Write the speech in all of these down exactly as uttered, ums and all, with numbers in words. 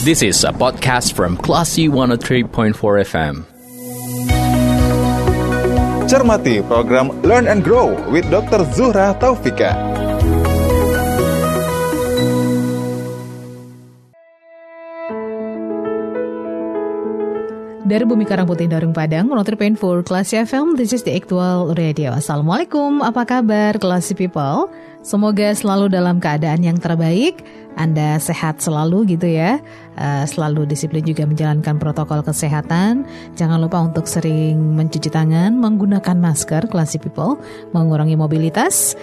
This is a podcast from Classy one oh three point four F M. Cermati program Learn and Grow with dokter Zuhra Taufika. Dari Bumi Karang Putih Darung Padang, one oh three point four Classy F M, this is the Actual Radio. Assalamualaikum, apa kabar Classy People? Semoga selalu dalam keadaan yang terbaik, Anda sehat selalu gitu ya, uh, selalu disiplin juga menjalankan protokol kesehatan. Jangan lupa untuk sering mencuci tangan, menggunakan masker Classy People, mengurangi mobilitas.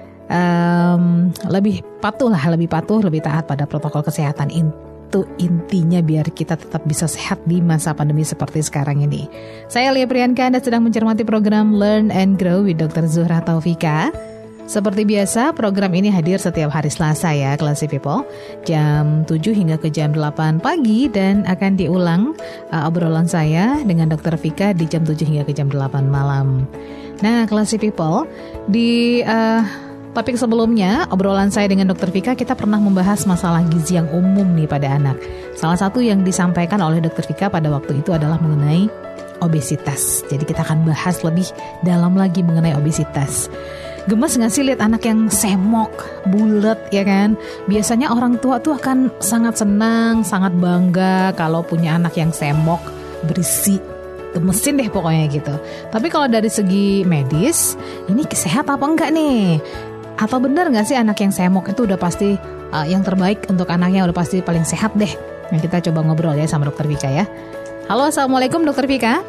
Um, lebih patuh lah, lebih patuh, lebih taat pada protokol kesehatan ini. Itu intinya biar kita tetap bisa sehat di masa pandemi seperti sekarang ini. Saya Lia Priyanka, Anda sedang mencermati program Learn and Grow with dokter Zuhra Taufika. Seperti biasa, program ini hadir setiap hari Selasa ya, Classy People, jam tujuh hingga ke jam delapan pagi, dan akan diulang uh, obrolan saya dengan dokter Vika di jam tujuh hingga ke jam delapan malam. Nah, Classy People, di uh, topik sebelumnya, obrolan saya dengan dokter Vika, kita pernah membahas masalah gizi yang umum nih pada anak. Salah satu yang disampaikan oleh dokter Vika pada waktu itu adalah mengenai obesitas. Jadi kita akan bahas lebih dalam lagi mengenai obesitas. Gemes gak sih lihat anak yang semok, bulet ya kan? Biasanya orang tua tuh akan sangat senang, sangat bangga kalau punya anak yang semok, berisi. Gemesin deh pokoknya gitu. Tapi kalau dari segi medis, ini sehat apa enggak nih? Atau benar gak sih anak yang semok itu udah pasti uh, yang terbaik untuk anaknya, udah pasti paling sehat deh? Nah, kita coba ngobrol ya sama dokter Vika ya. Halo, Assalamualaikum dokter Vika.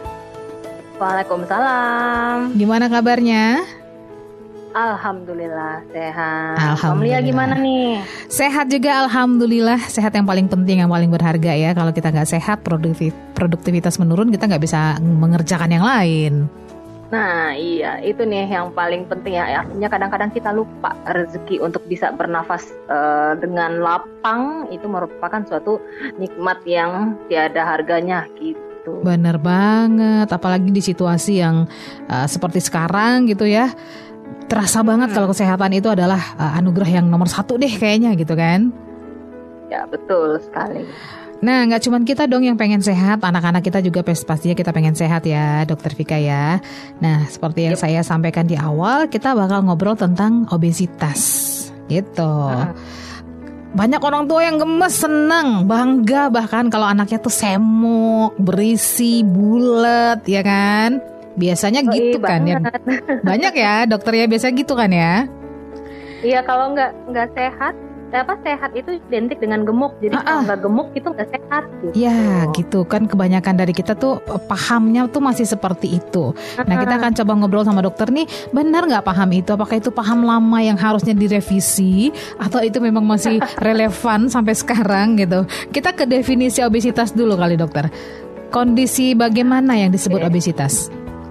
Waalaikumsalam. Gimana kabarnya? Alhamdulillah sehat. Alhamdulillah. Kamu gimana nih? Sehat juga, alhamdulillah. Sehat yang paling penting, yang paling berharga ya. Kalau kita nggak sehat, produktif, produktivitas menurun, kita nggak bisa mengerjakan yang lain. Nah iya, itu nih yang paling penting ya. Artinya kadang-kadang kita lupa rezeki untuk bisa bernafas uh, dengan lapang. Itu merupakan suatu nikmat yang tiada harganya gitu. Bener banget, apalagi di situasi yang uh, seperti sekarang gitu ya. Terasa banget hmm. kalau kesehatan itu adalah uh, anugerah yang nomor satu deh kayaknya gitu kan. Ya betul sekali. Nah gak cuma kita dong yang pengen sehat, anak-anak kita juga pastinya kita pengen sehat ya dokter Vika ya. Nah seperti yang yep. saya sampaikan di awal, kita bakal ngobrol tentang obesitas gitu. hmm. Banyak orang tua yang gemes, senang, bangga bahkan kalau anaknya tuh semok, berisi, bulet ya kan. Biasanya oh, gitu iya, kan ya. Banyak ya dokter ya biasanya gitu kan ya. Iya, kalau nggak nggak sehat, apa sehat itu identik dengan gemuk. Jadi ah, kalau nggak gemuk itu nggak sehat gitu. Ya gitu kan, kebanyakan dari kita tuh pahamnya tuh masih seperti itu. Nah kita akan coba ngobrol sama dokter nih, benar nggak paham itu? Apakah itu paham lama yang harusnya direvisi atau itu memang masih relevan sampai sekarang gitu? Kita ke definisi obesitas dulu kali dokter. Kondisi bagaimana yang disebut okay. obesitas?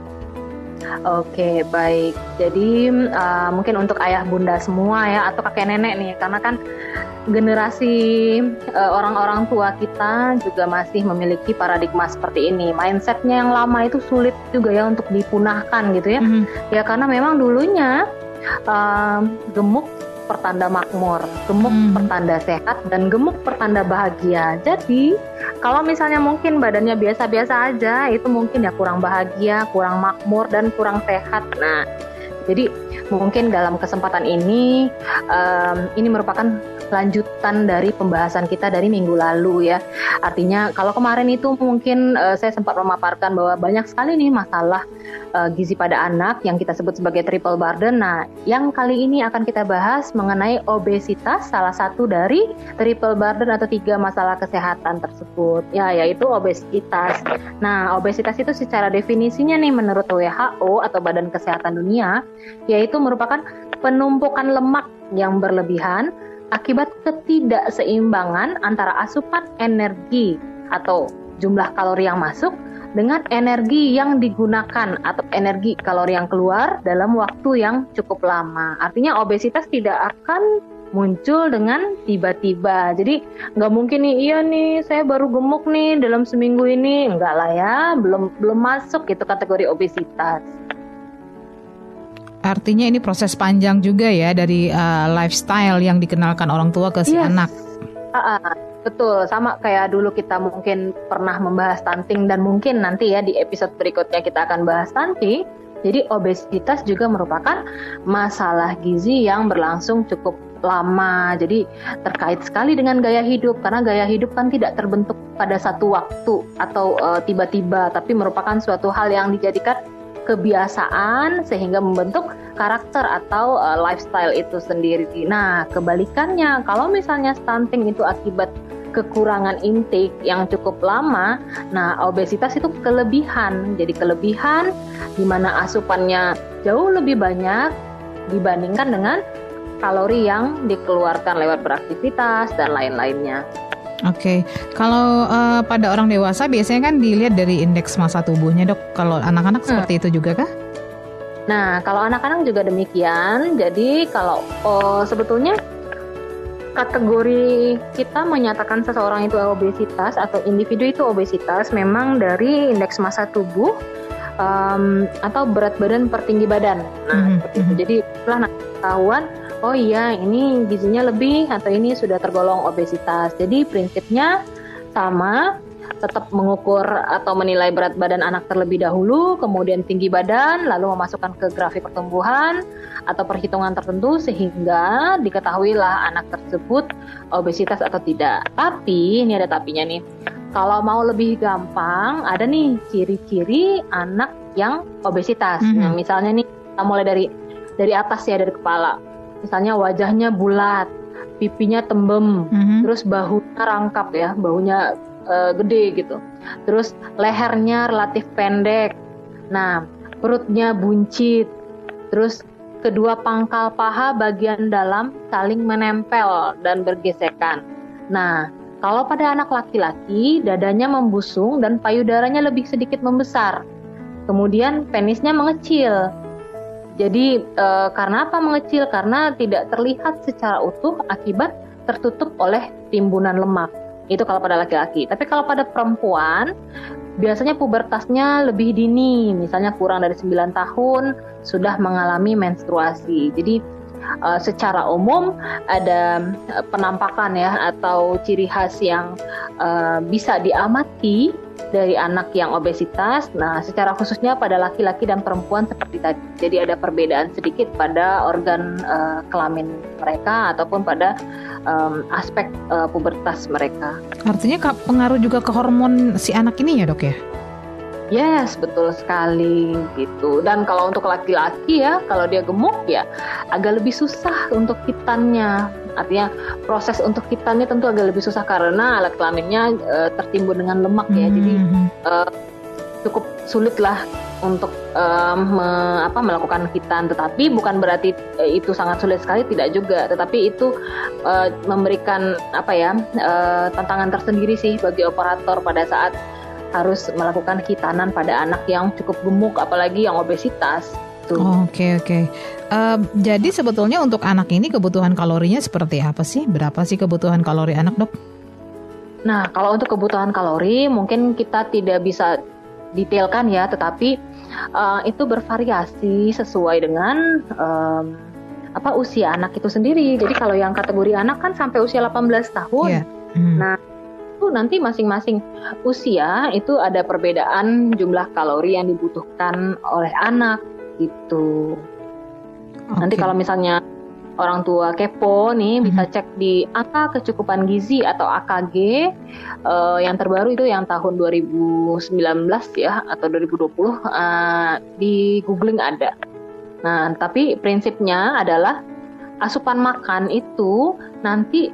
Oke, baik. Jadi uh, mungkin untuk ayah bunda semua ya, atau kakek nenek nih, karena kan generasi uh, orang-orang tua kita juga masih memiliki paradigma seperti ini. Mindsetnya yang lama itu sulit juga ya untuk dipunahkan gitu ya. Mm-hmm. Ya karena memang dulunya uh, gemuk pertanda makmur, gemuk hmm. pertanda sehat, dan gemuk pertanda bahagia. Jadi kalau misalnya mungkin badannya biasa-biasa aja, itu mungkin ya kurang bahagia, kurang makmur, dan kurang sehat. Nah, jadi mungkin dalam kesempatan ini, um, ini merupakan lanjutan dari pembahasan kita dari minggu lalu ya. Artinya kalau kemarin itu mungkin uh, saya sempat memaparkan bahwa banyak sekali nih masalah uh, gizi pada anak yang kita sebut sebagai triple burden. Nah, yang kali ini akan kita bahas mengenai obesitas, salah satu dari triple burden atau tiga masalah kesehatan tersebut. Ya, yaitu obesitas. Nah, obesitas itu secara definisinya nih menurut W H O atau Badan Kesehatan Dunia, yaitu merupakan penumpukan lemak yang berlebihan akibat ketidakseimbangan antara asupan energi atau jumlah kalori yang masuk dengan energi yang digunakan atau energi kalori yang keluar dalam waktu yang cukup lama. Artinya obesitas tidak akan muncul dengan tiba-tiba. Jadi nggak mungkin nih, iya nih saya baru gemuk nih dalam seminggu ini. Enggak lah ya, belum belum masuk gitu kategori obesitas. Artinya ini proses panjang juga ya dari uh, lifestyle yang dikenalkan orang tua ke si yes. anak. Uh, uh, Betul, sama kayak dulu kita mungkin pernah membahas stunting dan mungkin nanti ya di episode berikutnya kita akan bahas stunting. Jadi obesitas juga merupakan masalah gizi yang berlangsung cukup lama. Jadi terkait sekali dengan gaya hidup, karena gaya hidup kan tidak terbentuk pada satu waktu atau uh, tiba-tiba, tapi merupakan suatu hal yang dijadikan kebiasaan sehingga membentuk karakter atau uh, lifestyle itu sendiri. Nah, kebalikannya, kalau misalnya stunting itu akibat kekurangan intake yang cukup lama, nah obesitas itu kelebihan. Jadi kelebihan di mana asupannya jauh lebih banyak dibandingkan dengan kalori yang dikeluarkan lewat beraktivitas dan lain-lainnya. Oke, okay. Kalau uh, pada orang dewasa biasanya kan dilihat dari indeks massa tubuhnya, Dok. Kalau anak-anak hmm. seperti itu juga kah? Nah, kalau anak-anak juga demikian. Jadi kalau oh, sebetulnya kategori kita menyatakan seseorang itu obesitas atau individu itu obesitas memang dari indeks massa tubuh um, atau berat badan per tinggi badan. Nah, mm-hmm. seperti itu. Jadi setelah ketahuan, oh iya ini gizinya lebih atau ini sudah tergolong obesitas. Jadi prinsipnya sama, tetap mengukur atau menilai berat badan anak terlebih dahulu, kemudian tinggi badan, lalu memasukkan ke grafik pertumbuhan atau perhitungan tertentu sehingga diketahuilah anak tersebut obesitas atau tidak. Tapi, ini ada tapinya nih, kalau mau lebih gampang, ada nih ciri-ciri anak yang obesitas. Mm-hmm. Nah, misalnya nih, kita mulai dari dari atas ya, dari kepala. Misalnya wajahnya bulat, pipinya tembem, mm-hmm. terus bahunya rangkap ya, bahunya uh, gede gitu. Terus lehernya relatif pendek. Nah, perutnya buncit. Terus kedua pangkal paha bagian dalam saling menempel dan bergesekan. Nah, kalau pada anak laki-laki, dadanya membusung dan payudaranya lebih sedikit membesar. Kemudian penisnya mengecil. Jadi e, karena apa mengecil? Karena tidak terlihat secara utuh akibat tertutup oleh timbunan lemak. Itu kalau pada laki-laki. Tapi kalau pada perempuan, biasanya pubertasnya lebih dini. Misalnya kurang dari sembilan tahun sudah mengalami menstruasi. Jadi e, secara umum ada penampakan ya atau ciri khas yang e, bisa diamati dari anak yang obesitas. Nah, secara khususnya pada laki-laki dan perempuan seperti tadi. Jadi ada perbedaan sedikit pada organ uh, kelamin mereka ataupun pada um, aspek uh, pubertas mereka. Artinya pengaruh juga ke hormon si anak ini ya, Dok ya? Yes, betul sekali gitu. Dan kalau untuk laki-laki ya, kalau dia gemuk ya agak lebih susah untuk hitannya. Artinya proses untuk hitannya tentu agak lebih susah karena alat kelaminnya e, tertimbun dengan lemak ya. Mm-hmm. Jadi e, cukup sulit lah untuk e, me, apa, melakukan hitan. Tetapi bukan berarti e, itu sangat sulit sekali, tidak juga. Tetapi itu e, memberikan apa ya e, tantangan tersendiri sih bagi operator pada saat harus melakukan hitanan pada anak yang cukup gemuk, apalagi yang obesitas. Oke oh, oke. Okay, okay. uh, jadi sebetulnya untuk anak ini kebutuhan kalorinya seperti apa sih? Berapa sih kebutuhan kalori anak, Dok? Nah, kalau untuk kebutuhan kalori mungkin kita tidak bisa detailkan ya, tetapi uh, itu bervariasi sesuai dengan um, apa usia anak itu sendiri. Jadi kalau yang kategori anak kan sampai usia delapan belas tahun. Yeah. Hmm. Nah, itu nanti masing-masing usia itu ada perbedaan jumlah kalori yang dibutuhkan oleh anak gitu. Okay. Nanti kalau misalnya orang tua kepo nih, mm-hmm. bisa cek di angka kecukupan gizi atau A K G uh, yang terbaru itu yang tahun dua ribu sembilan belas ya atau dua ribu dua puluh uh, di googling ada. Nah, tapi prinsipnya adalah asupan makan itu nanti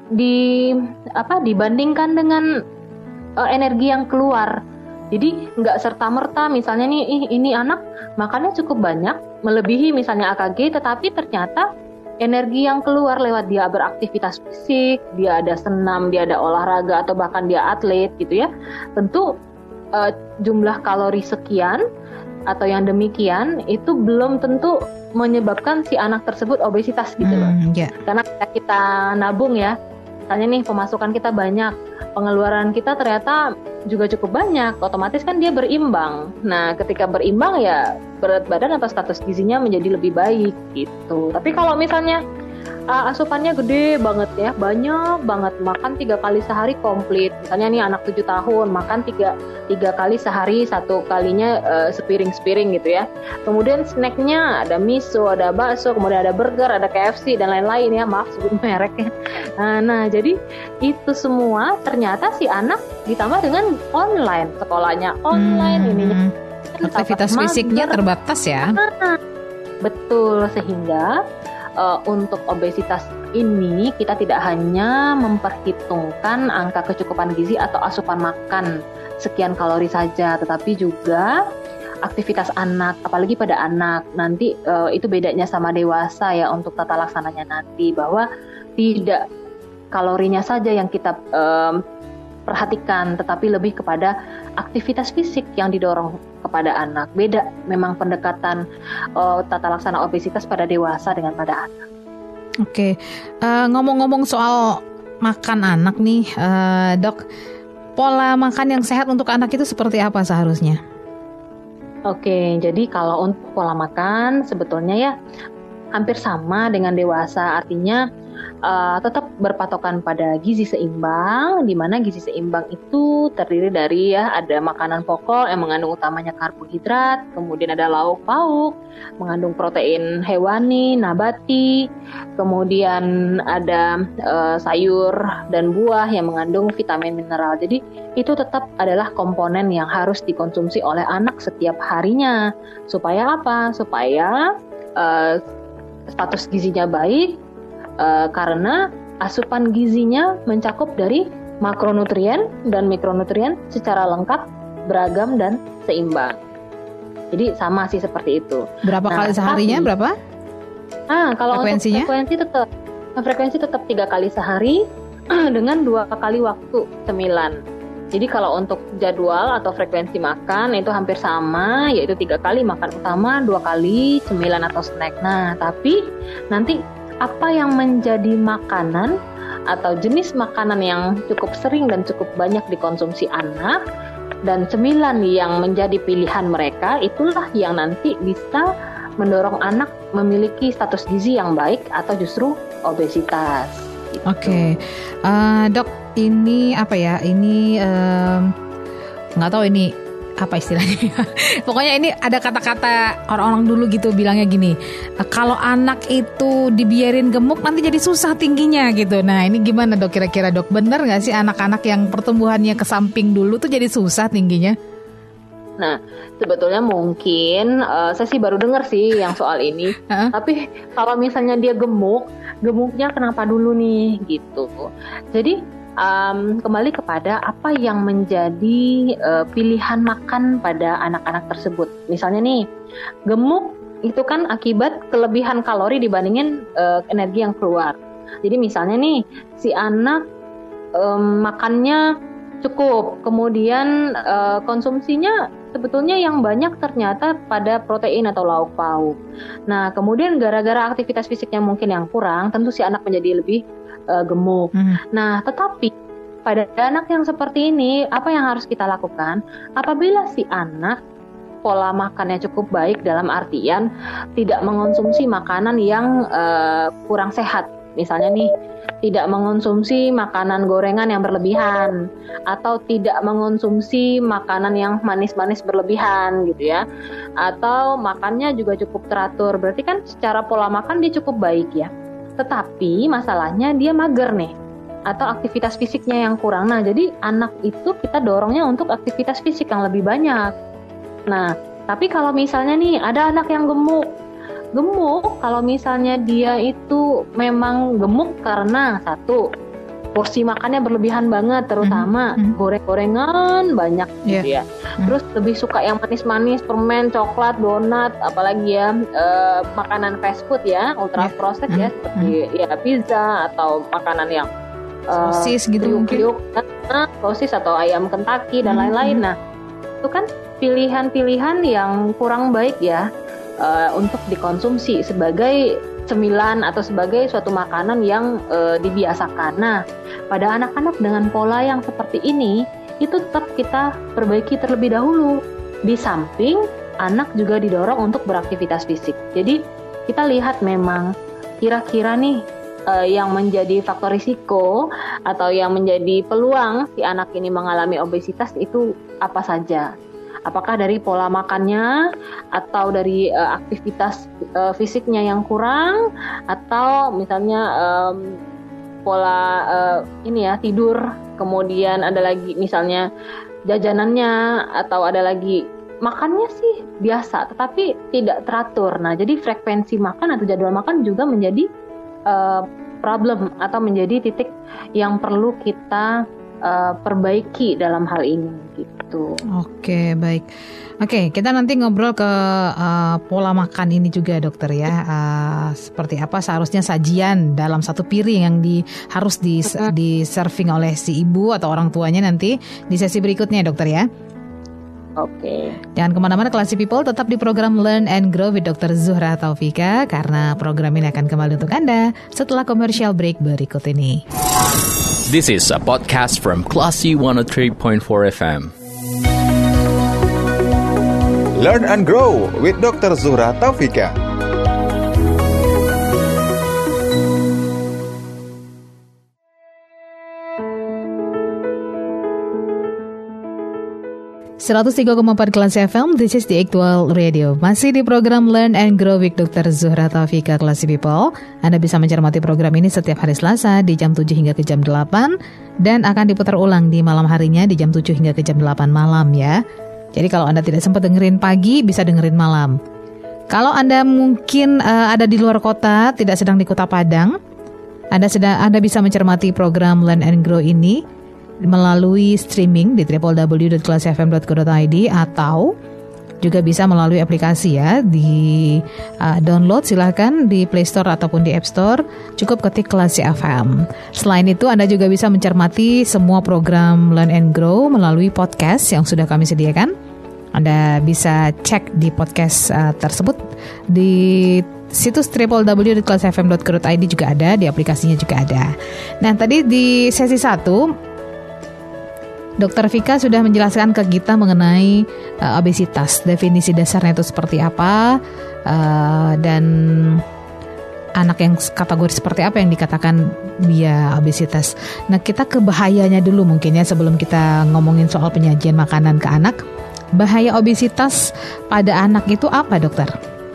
di apa dibandingkan dengan uh, energi yang keluar. Jadi nggak serta-merta misalnya nih ih, ini anak makannya cukup banyak melebihi misalnya A K G, tetapi ternyata energi yang keluar lewat dia beraktivitas fisik, dia ada senam, dia ada olahraga atau bahkan dia atlet gitu ya. Tentu uh, jumlah kalori sekian atau yang demikian itu belum tentu menyebabkan si anak tersebut obesitas gitu loh. Hmm, yeah. Karena kita nabung ya. Misalnya nih pemasukan kita banyak, pengeluaran kita ternyata juga cukup banyak, otomatis kan dia berimbang. Nah, ketika berimbang ya berat badan atau status gizinya menjadi lebih baik gitu. Tapi kalau misalnya uh, asupannya gede banget ya, banyak banget, makan tiga kali sehari komplit. Misalnya nih anak tujuh tahun makan tiga tiga kali sehari, satu kalinya uh, sepiring-sepiring gitu ya. Kemudian snacknya ada miso, ada bakso, kemudian ada burger, ada K F C dan lain-lain ya, maaf sebut mereknya. Nah, nah jadi itu semua ternyata si anak ditambah dengan online, sekolahnya online, hmm. ininya aktivitas fisiknya terbatas ya. Nah, betul, sehingga uh, untuk obesitas ini kita tidak hanya memperhitungkan angka kecukupan gizi atau asupan makan sekian kalori saja, tetapi juga aktivitas anak, apalagi pada anak. Nanti uh, itu bedanya sama dewasa ya untuk tata laksananya nanti, bahwa tidak kalorinya saja yang kita um, perhatikan, tetapi lebih kepada aktivitas fisik yang didorong kepada anak. Beda memang pendekatan uh, tata laksana obesitas pada dewasa dengan pada anak. Oke, uh, ngomong-ngomong soal makan anak nih, uh, dok, pola makan yang sehat untuk anak itu seperti apa seharusnya? Oke, jadi kalau untuk pola makan sebetulnya ya hampir sama dengan dewasa, artinya uh, tetap berpatokan pada gizi seimbang, di mana gizi seimbang itu terdiri dari ya ada makanan pokok yang mengandung utamanya karbohidrat, kemudian ada lauk pauk, mengandung protein hewani, nabati, kemudian ada uh, sayur dan buah yang mengandung vitamin mineral. Jadi itu tetap adalah komponen yang harus dikonsumsi oleh anak setiap harinya. Supaya apa? Supaya uh, status gizinya baik, uh, karena asupan gizinya mencakup dari makronutrien dan mikronutrien secara lengkap, beragam dan seimbang. Jadi sama sih seperti itu. Berapa nah, kali seharinya? Tapi, berapa? Ah, kalau frekuensinya? Untuk frekuensi tetap frekuensi tetap tiga kali sehari dengan dua kali waktu cemilan. Jadi kalau untuk jadwal atau frekuensi makan itu hampir sama, yaitu tiga kali makan utama, dua kali cemilan atau snack. Nah, tapi nanti apa yang menjadi makanan atau jenis makanan yang cukup sering dan cukup banyak dikonsumsi anak dan cemilan yang menjadi pilihan mereka, itulah yang nanti bisa mendorong anak memiliki status gizi yang baik atau justru obesitas. Gitu. Oke, okay. uh, dok, ini apa ya? Ini nggak um, tahu ini apa istilahnya. Pokoknya ini ada kata-kata orang-orang dulu gitu bilangnya gini, uh, kalau anak itu dibiarin gemuk nanti jadi susah tingginya gitu. Nah ini gimana dok kira-kira dok? Bener nggak sih anak-anak yang pertumbuhannya ke samping dulu tuh jadi susah tingginya? Nah, sebetulnya mungkin uh, saya sih baru dengar sih yang soal ini. Uh-huh. Tapi kalau misalnya dia gemuk, gemuknya kenapa dulu nih gitu. Jadi um, kembali kepada apa yang menjadi uh, pilihan makan pada anak-anak tersebut. Misalnya nih, gemuk itu kan akibat kelebihan kalori dibandingin uh, energi yang keluar. Jadi misalnya nih, si anak um, makannya cukup, kemudian uh, konsumsinya sebetulnya yang banyak ternyata pada protein atau lauk pauk. Nah, kemudian gara-gara aktivitas fisiknya mungkin yang kurang, tentu si anak menjadi lebih uh, gemuk. Hmm. Nah, tetapi pada anak yang seperti ini, apa yang harus kita lakukan? Apabila si anak pola makannya cukup baik dalam artian tidak mengonsumsi makanan yang uh, kurang sehat. Misalnya nih, tidak mengonsumsi makanan gorengan yang berlebihan atau tidak mengonsumsi makanan yang manis-manis berlebihan gitu ya, atau makannya juga cukup teratur. Berarti kan secara pola makan dia cukup baik ya, tetapi masalahnya dia mager nih atau aktivitas fisiknya yang kurang. Nah, jadi anak itu kita dorongnya untuk aktivitas fisik yang lebih banyak. Nah, tapi kalau misalnya nih ada anak yang gemuk Gemuk, kalau misalnya dia itu memang gemuk karena satu, porsi makannya berlebihan banget, terutama mm-hmm. goreng-gorengan banyak yeah. gitu ya. Mm-hmm. Terus lebih suka yang manis-manis, permen, coklat, donat, apalagi ya uh, makanan fast food ya, ultra yeah. processed mm-hmm. ya, seperti mm-hmm. ya pizza atau makanan yang uh, sosis gitu kriuk-kriuk, nah, sosis atau ayam Kentucky dan mm-hmm. lain-lain. Nah, itu kan pilihan-pilihan yang kurang baik ya. Uh, untuk dikonsumsi sebagai cemilan atau sebagai suatu makanan yang uh, dibiasakan. Nah, pada anak-anak dengan pola yang seperti ini, itu tetap kita perbaiki terlebih dahulu. Di samping anak juga didorong untuk beraktivitas fisik. Jadi kita lihat memang kira-kira nih uh, yang menjadi faktor risiko atau yang menjadi peluang si anak ini mengalami obesitas itu apa saja? Apakah dari pola makannya, atau dari uh, aktivitas uh, fisiknya yang kurang, atau misalnya um, pola uh, ini ya tidur, kemudian ada lagi misalnya jajanannya, atau ada lagi makannya sih biasa tetapi tidak teratur. Nah, jadi frekuensi makan atau jadwal makan juga menjadi uh, problem atau menjadi titik yang perlu kita uh, perbaiki dalam hal ini gitu. Oke, baik. Oke, kita nanti ngobrol ke uh, pola makan ini juga, dokter ya. Uh, seperti apa seharusnya sajian dalam satu piring yang di harus di di serving oleh si ibu atau orang tuanya nanti di sesi berikutnya, dokter ya. Oke. Jangan kemana-mana Classy People, tetap di program Learn and Grow with dokter Zuhra Taufika, karena program ini akan kembali untuk Anda setelah commercial break berikut ini. This is a podcast from Classy one oh three point four F M. Learn and Grow with dokter Zuhra Taufika. seratus tiga koma empat Classy F M, this is the Actual Radio. Masih di program Learn and Grow with dokter Zuhra Taufika, Classy People. Anda bisa mencermati program ini setiap hari Selasa di jam tujuh hingga ke jam delapan, dan akan diputar ulang di malam harinya di jam tujuh hingga ke jam delapan malam ya. Jadi kalau Anda tidak sempat dengerin pagi, bisa dengerin malam. Kalau Anda mungkin uh, ada di luar kota, tidak sedang di Kota Padang, Anda sedang Anda bisa mencermati program Learn and Grow ini melalui streaming di w w w dot classy f m dot co dot i d, atau juga bisa melalui aplikasi ya, di uh, download silahkan di Play Store ataupun di App Store, cukup ketik Classy F M. Selain itu Anda juga bisa mencermati semua program Learn and Grow melalui podcast yang sudah kami sediakan. Anda bisa cek di podcast uh, tersebut di situs w w w dot classy f m dot co dot i d juga ada, di aplikasinya juga ada. Nah, tadi di sesi satu dokter Vika sudah menjelaskan ke kita mengenai uh, obesitas, definisi dasarnya itu seperti apa, uh, dan anak yang kategori seperti apa yang dikatakan dia obesitas. Nah, kita ke bahayanya dulu mungkin ya, sebelum kita ngomongin soal penyajian makanan ke anak. Bahaya obesitas pada anak itu apa, dokter?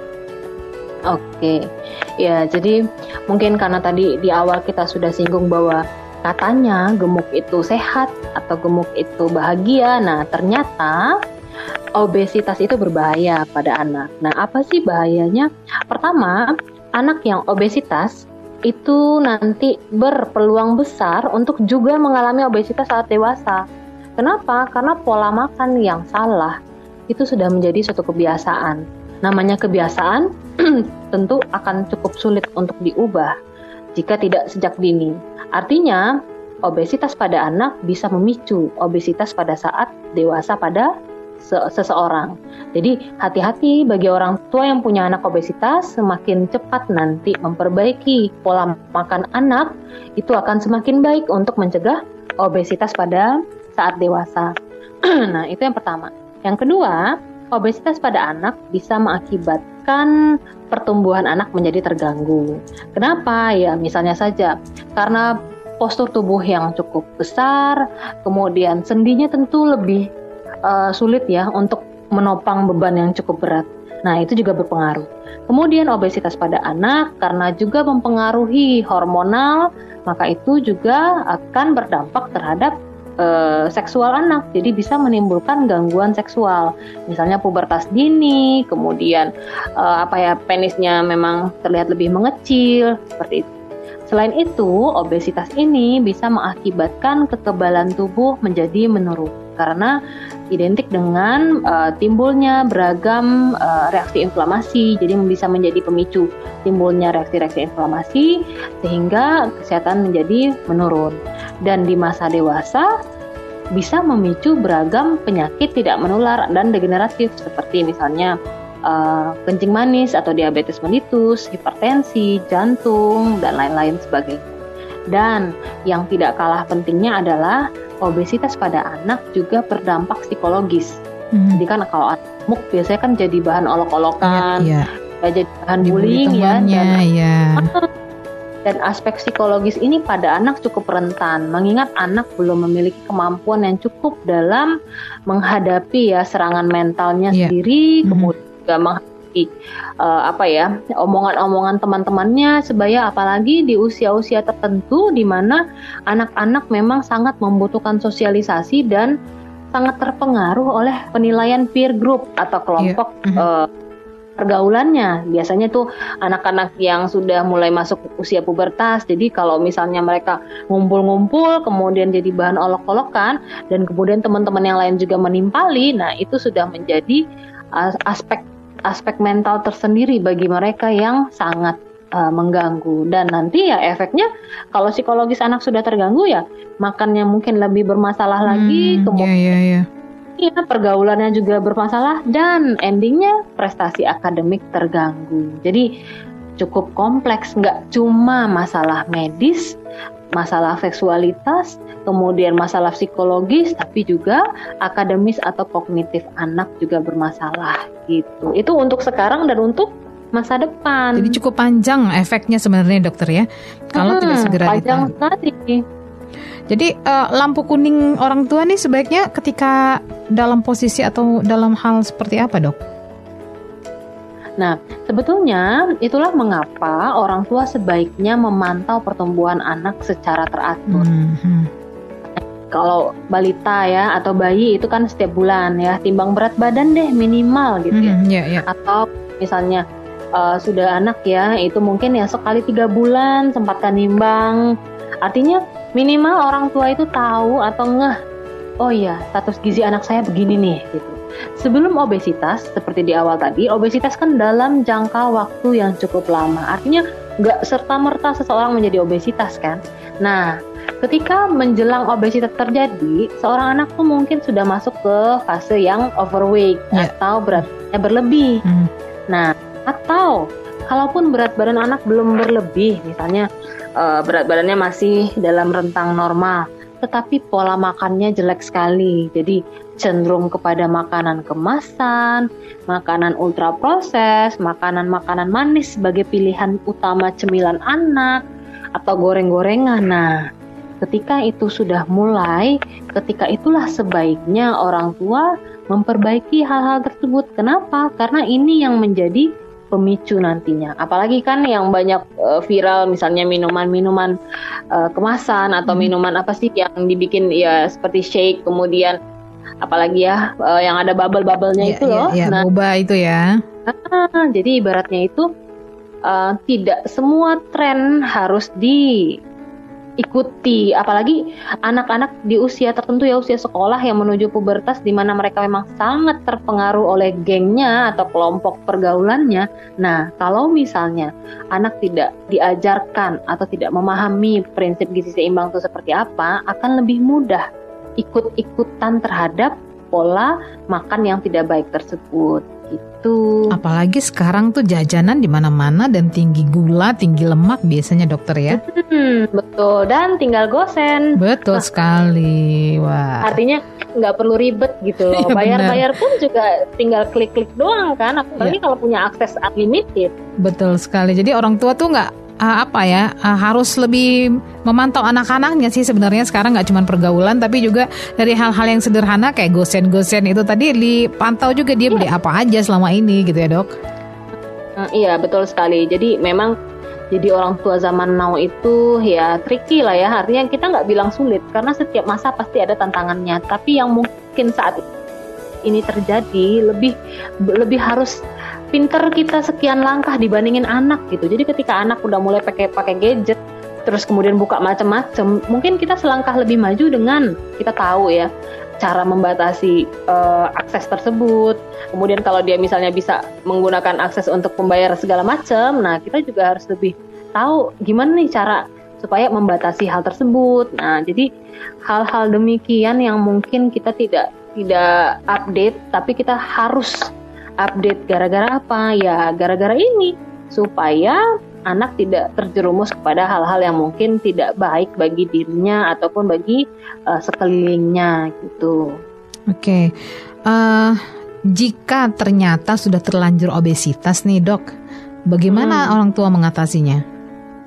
Oke, ya jadi mungkin karena tadi di awal kita sudah singgung bahwa katanya gemuk itu sehat atau gemuk itu bahagia. Nah, ternyata obesitas itu berbahaya pada anak. Nah, apa sih bahayanya? Pertama, anak yang obesitas itu nanti berpeluang besar untuk juga mengalami obesitas saat dewasa. Kenapa? Karena pola makan yang salah itu sudah menjadi suatu kebiasaan. Namanya kebiasaan tentu akan cukup sulit untuk diubah jika tidak sejak dini. Artinya, obesitas pada anak bisa memicu obesitas pada saat dewasa pada se- seseorang. Jadi, hati-hati bagi orang tua yang punya anak obesitas, semakin cepat nanti memperbaiki pola makan anak, itu akan semakin baik untuk mencegah obesitas pada saat dewasa. Nah, itu yang pertama. Yang kedua, obesitas pada anak bisa mengakibatkan pertumbuhan anak menjadi terganggu. Kenapa? Ya, misalnya saja karena postur tubuh yang cukup besar, kemudian sendinya tentu lebih uh, sulit ya untuk menopang beban yang cukup berat. Nah, itu juga berpengaruh. Kemudian obesitas pada anak karena juga mempengaruhi hormonal, maka itu juga akan berdampak terhadap Uh, seksual anak, jadi bisa menimbulkan gangguan seksual, misalnya pubertas dini, kemudian uh, apa ya penisnya memang terlihat lebih mengecil seperti itu. Selain itu, obesitas ini bisa mengakibatkan kekebalan tubuh menjadi menurun karena identik dengan uh, timbulnya beragam uh, reaksi inflamasi, jadi bisa menjadi pemicu timbulnya reaksi-reaksi inflamasi sehingga kesehatan menjadi menurun. Dan di masa dewasa bisa memicu beragam penyakit tidak menular dan degeneratif seperti misalnya uh, kencing manis atau diabetes mellitus, hipertensi, jantung, dan lain-lain sebagainya. Dan yang tidak kalah pentingnya adalah obesitas pada anak juga berdampak psikologis. Hmm. Jadi kan kalau anak gemuk biasanya kan jadi bahan olok-olokan, ya, ya. jadi bahan bullying ya. Dan, ya. Dan aspek psikologis ini pada anak cukup rentan, mengingat anak belum memiliki kemampuan yang cukup dalam menghadapi ya serangan mentalnya yeah. sendiri, mm-hmm. kemudian juga menghadapi uh, apa ya omongan-omongan teman-temannya sebaya, apalagi di usia-usia tertentu di mana anak-anak memang sangat membutuhkan sosialisasi dan sangat terpengaruh oleh penilaian peer group atau kelompok yeah. mm-hmm. uh, pergaulannya. Biasanya tuh anak-anak yang sudah mulai masuk usia pubertas, jadi kalau misalnya mereka ngumpul-ngumpul kemudian jadi bahan olok-olokan dan kemudian teman-teman yang lain juga menimpali, nah itu sudah menjadi uh, aspek aspek mental tersendiri bagi mereka yang sangat uh, mengganggu. Dan nanti ya efeknya kalau psikologis anak sudah terganggu ya makannya mungkin lebih bermasalah hmm, lagi, kemudian yeah, yeah, yeah. Ya, pergaulannya juga bermasalah dan endingnya prestasi akademik terganggu. Jadi cukup kompleks, nggak cuma masalah medis, masalah seksualitas, kemudian masalah psikologis, tapi juga akademis atau kognitif anak juga bermasalah gitu. Itu untuk sekarang dan untuk masa depan. Jadi cukup panjang efeknya sebenarnya dokter ya, kalau hmm, tidak segera ditangani. Panjang sekali. Jadi uh, lampu kuning orang tua nih sebaiknya ketika dalam posisi atau dalam hal seperti apa, Dok? Nah, sebetulnya itulah mengapa orang tua sebaiknya memantau pertumbuhan anak secara teratur. Mm-hmm. Kalau balita ya atau bayi itu kan setiap bulan ya, timbang berat badan deh minimal gitu mm-hmm, ya. Yeah, yeah. Atau misalnya uh, sudah anak ya, itu mungkin ya sekali tiga bulan sempatkan nimbang. Artinya minimal orang tua itu tahu atau ngeh, oh ya status gizi anak saya begini nih gitu. Sebelum obesitas, seperti di awal tadi, obesitas kan dalam jangka waktu yang cukup lama. Artinya nggak serta-merta seseorang menjadi obesitas kan. Nah, ketika menjelang obesitas terjadi, seorang anak tuh mungkin sudah masuk ke fase yang overweight yeah. atau beratnya berlebih. Mm. Nah, atau kalaupun berat badan anak belum berlebih, misalnya uh, berat badannya masih dalam rentang normal, tetapi pola makannya jelek sekali. Jadi cenderung kepada makanan kemasan, makanan ultra proses, makanan-makanan manis sebagai pilihan utama cemilan anak, atau goreng-gorengan. Nah, ketika itu sudah mulai, ketika itulah sebaiknya orang tua memperbaiki hal-hal tersebut. Kenapa? Karena ini yang menjadi pemicu nantinya. Apalagi kan yang banyak uh, viral misalnya minuman-minuman uh, kemasan atau hmm. minuman apa sih yang dibikin ya seperti shake, kemudian apalagi ya uh, yang ada bubble-bubblenya yeah, itu loh. Yeah, yeah, nah, boba itu ya. Ah, jadi ibaratnya itu uh, tidak semua tren harus di ikuti, apalagi anak-anak di usia tertentu ya, usia sekolah yang menuju pubertas di mana mereka memang sangat terpengaruh oleh gengnya atau kelompok pergaulannya. Nah, kalau misalnya anak tidak diajarkan atau tidak memahami prinsip gizi seimbang itu seperti apa, akan lebih mudah ikut-ikutan terhadap pola makan yang tidak baik tersebut. Gitu. Apalagi sekarang tuh jajanan di mana-mana dan tinggi gula, tinggi lemak biasanya dokter ya. Hmm, betul, dan tinggal gosen. Betul nah, sekali. Wah. Artinya nggak perlu ribet gitu loh. Bayar-bayar pun juga tinggal klik-klik doang kan. Apalagi ya. Kalau punya akses unlimited. Betul sekali. Jadi orang tua tuh nggak uh, apa ya uh, harus lebih memantau anak-anaknya sih sebenarnya sekarang, nggak cuma pergaulan tapi juga dari hal-hal yang sederhana kayak gosen-gosen itu tadi dipantau juga dia beli apa aja selama ini gitu ya dok. Uh, iya betul sekali. Jadi memang jadi orang tua zaman now itu ya tricky lah ya. Artinya kita nggak bilang sulit karena setiap masa pasti ada tantangannya. Tapi yang mungkin saat ini terjadi lebih lebih harus pinter kita sekian langkah dibandingin anak gitu. Jadi ketika anak udah mulai pakai pakai gadget, terus kemudian buka macam-macam, mungkin kita selangkah lebih maju dengan kita tahu ya cara membatasi uh, akses tersebut. Kemudian kalau dia misalnya bisa menggunakan akses untuk membayar segala macam, nah kita juga harus lebih tahu gimana nih cara supaya membatasi hal tersebut. Nah, jadi hal-hal demikian yang mungkin kita tidak tidak update, tapi kita harus update gara-gara apa? Ya gara-gara ini supaya anak tidak terjerumus kepada hal-hal yang mungkin tidak baik bagi dirinya ataupun bagi uh, sekelilingnya gitu. Oke, okay. uh, jika ternyata sudah terlanjur obesitas nih dok, bagaimana hmm. orang tua mengatasinya?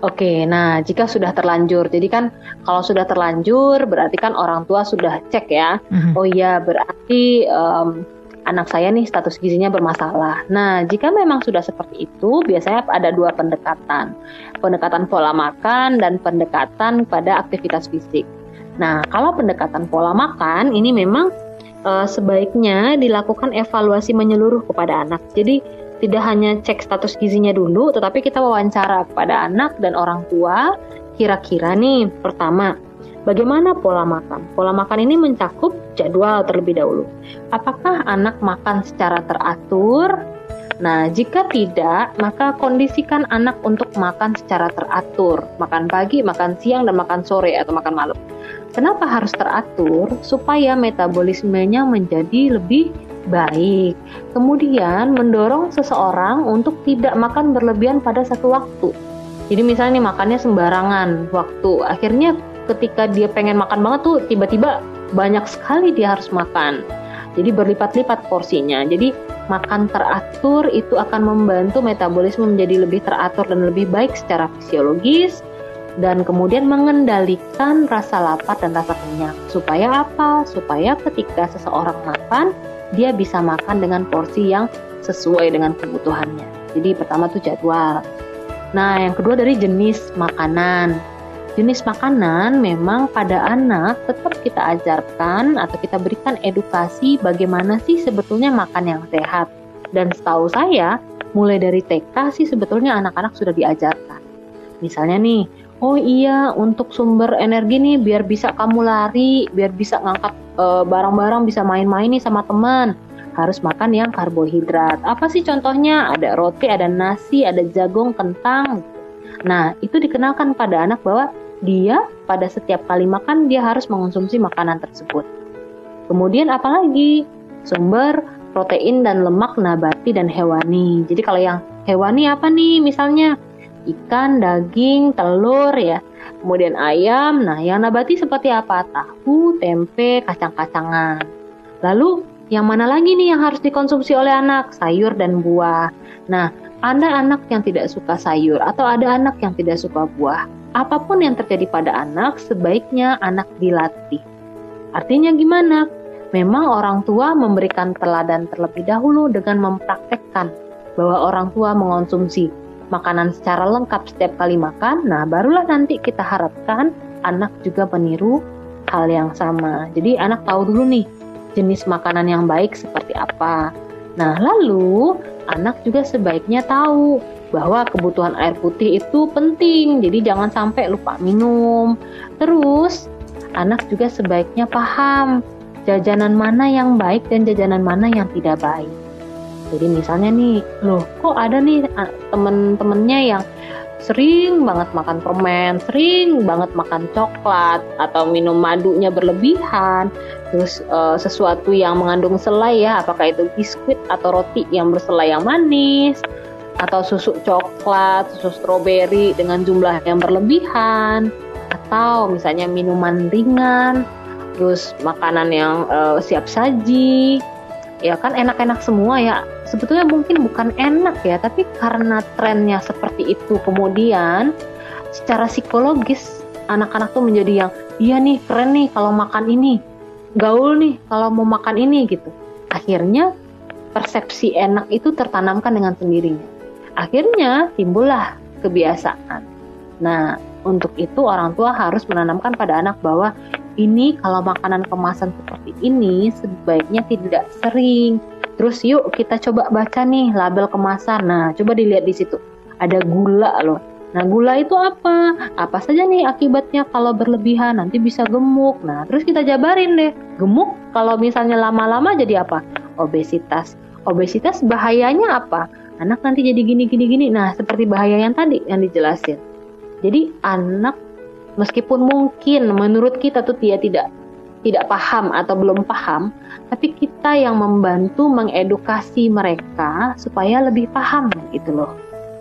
Oke, nah jika sudah terlanjur, jadi kan kalau sudah terlanjur berarti kan orang tua sudah cek ya. Mm-hmm. Oh iya, berarti um, anak saya nih status gizinya bermasalah. Nah, jika memang sudah seperti itu, biasanya ada dua pendekatan. Pendekatan pola makan dan pendekatan pada aktivitas fisik. Nah, kalau pendekatan pola makan ini memang uh, sebaiknya dilakukan evaluasi menyeluruh kepada anak. Jadi tidak hanya cek status gizinya dulu, tetapi kita wawancara kepada anak dan orang tua. Kira-kira nih, pertama, bagaimana pola makan? Pola makan ini mencakup jadwal terlebih dahulu. Apakah anak makan secara teratur? Nah, jika tidak, maka kondisikan anak untuk makan secara teratur. Makan pagi, makan siang, dan makan sore atau makan malam. Kenapa harus teratur? Supaya metabolismenya menjadi lebih baik. Kemudian mendorong seseorang untuk tidak makan berlebihan pada satu waktu. Jadi misalnya nih makannya sembarangan waktu. Akhirnya ketika dia pengen makan banget tuh tiba-tiba banyak sekali dia harus makan. Jadi berlipat-lipat porsinya. Jadi makan teratur itu akan membantu metabolisme menjadi lebih teratur dan lebih baik secara fisiologis. Dan kemudian mengendalikan rasa lapar dan rasa kenyang. Supaya apa? Supaya ketika seseorang makan, dia bisa makan dengan porsi yang sesuai dengan kebutuhannya. Jadi pertama tuh jadwal. Nah, yang kedua dari jenis makanan. Jenis makanan memang pada anak tetap kita ajarkan atau kita berikan edukasi bagaimana sih sebetulnya makan yang sehat. Dan setahu saya, mulai dari T K sih sebetulnya anak-anak sudah diajarkan. Misalnya nih, oh iya untuk sumber energi nih biar bisa kamu lari, biar bisa ngangkat e, barang-barang, bisa main-main nih sama teman. Harus makan yang karbohidrat. Apa sih contohnya? Ada roti, ada nasi, ada jagung, kentang. Nah, itu dikenalkan pada anak bahwa dia pada setiap kali makan dia harus mengonsumsi makanan tersebut. Kemudian apalagi? Sumber protein dan lemak nabati dan hewani. Jadi kalau yang hewani apa nih? Misalnya ikan, daging, telur ya. Kemudian ayam. Nah, yang nabati seperti apa? Tahu, tempe, kacang-kacangan. Lalu yang mana lagi nih yang harus dikonsumsi oleh anak? Sayur dan buah. Nah, ada anak yang tidak suka sayur atau ada anak yang tidak suka buah. Apapun yang terjadi pada anak, sebaiknya anak dilatih. Artinya gimana? Memang orang tua memberikan teladan terlebih dahulu dengan mempraktekkan bahwa orang tua mengonsumsi makanan secara lengkap setiap kali makan. Nah, barulah nanti kita harapkan anak juga meniru hal yang sama. Jadi anak tahu dulu nih jenis makanan yang baik seperti apa. Nah, lalu anak juga sebaiknya tahu bahwa kebutuhan air putih itu penting. Jadi jangan sampai lupa minum. Terus anak juga sebaiknya paham jajanan mana yang baik dan jajanan mana yang tidak baik. Jadi misalnya nih, loh kok ada nih temen-temennya yang sering banget makan permen, sering banget makan coklat, atau minum madunya berlebihan, terus uh, sesuatu yang mengandung selai ya, apakah itu biskuit atau roti yang berselai yang manis, atau susu coklat, susu stroberi dengan jumlah yang berlebihan, atau misalnya minuman ringan, terus makanan yang uh, siap saji, ya kan enak-enak semua ya. Sebetulnya mungkin bukan enak ya, tapi karena trennya seperti itu, kemudian secara psikologis anak-anak tuh menjadi yang iya nih keren nih kalau makan ini, gaul nih kalau mau makan ini gitu. Akhirnya persepsi enak itu tertanamkan dengan sendirinya. Akhirnya timbullah kebiasaan. Nah, untuk itu orang tua harus menanamkan pada anak bahwa ini kalau makanan kemasan seperti ini sebaiknya tidak sering. Terus yuk kita coba baca nih label kemasan. Nah, coba dilihat di situ. Ada gula loh. Nah, gula itu apa? Apa saja nih akibatnya kalau berlebihan? Nanti bisa gemuk. Nah, terus kita jabarin deh. Gemuk kalau misalnya lama-lama jadi apa? Obesitas. Obesitas bahayanya apa? Anak nanti jadi gini-gini-gini. Nah, seperti bahaya yang tadi yang dijelasin. Jadi anak meskipun mungkin menurut kita tuh dia tidak tidak paham atau belum paham, tapi kita yang membantu mengedukasi mereka supaya lebih paham gitu loh.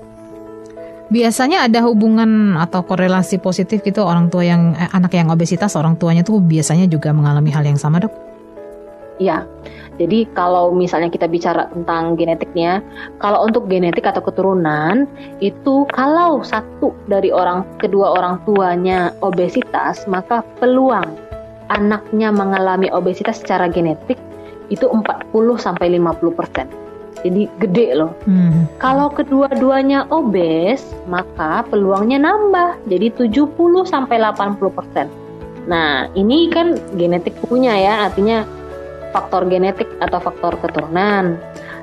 Biasanya ada hubungan atau korelasi positif gitu orang tua yang eh, anak yang obesitas, orang tuanya tuh biasanya juga mengalami hal yang sama, Dok? Ya, jadi kalau misalnya kita bicara tentang genetiknya, kalau untuk genetik atau keturunan itu kalau satu dari orang kedua orang tuanya obesitas, maka peluang anaknya mengalami obesitas secara genetik itu empat puluh sampai lima puluh persen. Jadi gede loh. Hmm. Kalau kedua-duanya obes, maka peluangnya nambah jadi tujuh puluh sampai delapan puluh persen. Nah, ini kan genetik punya ya, artinya faktor genetik atau faktor keturunan.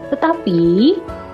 Tetapi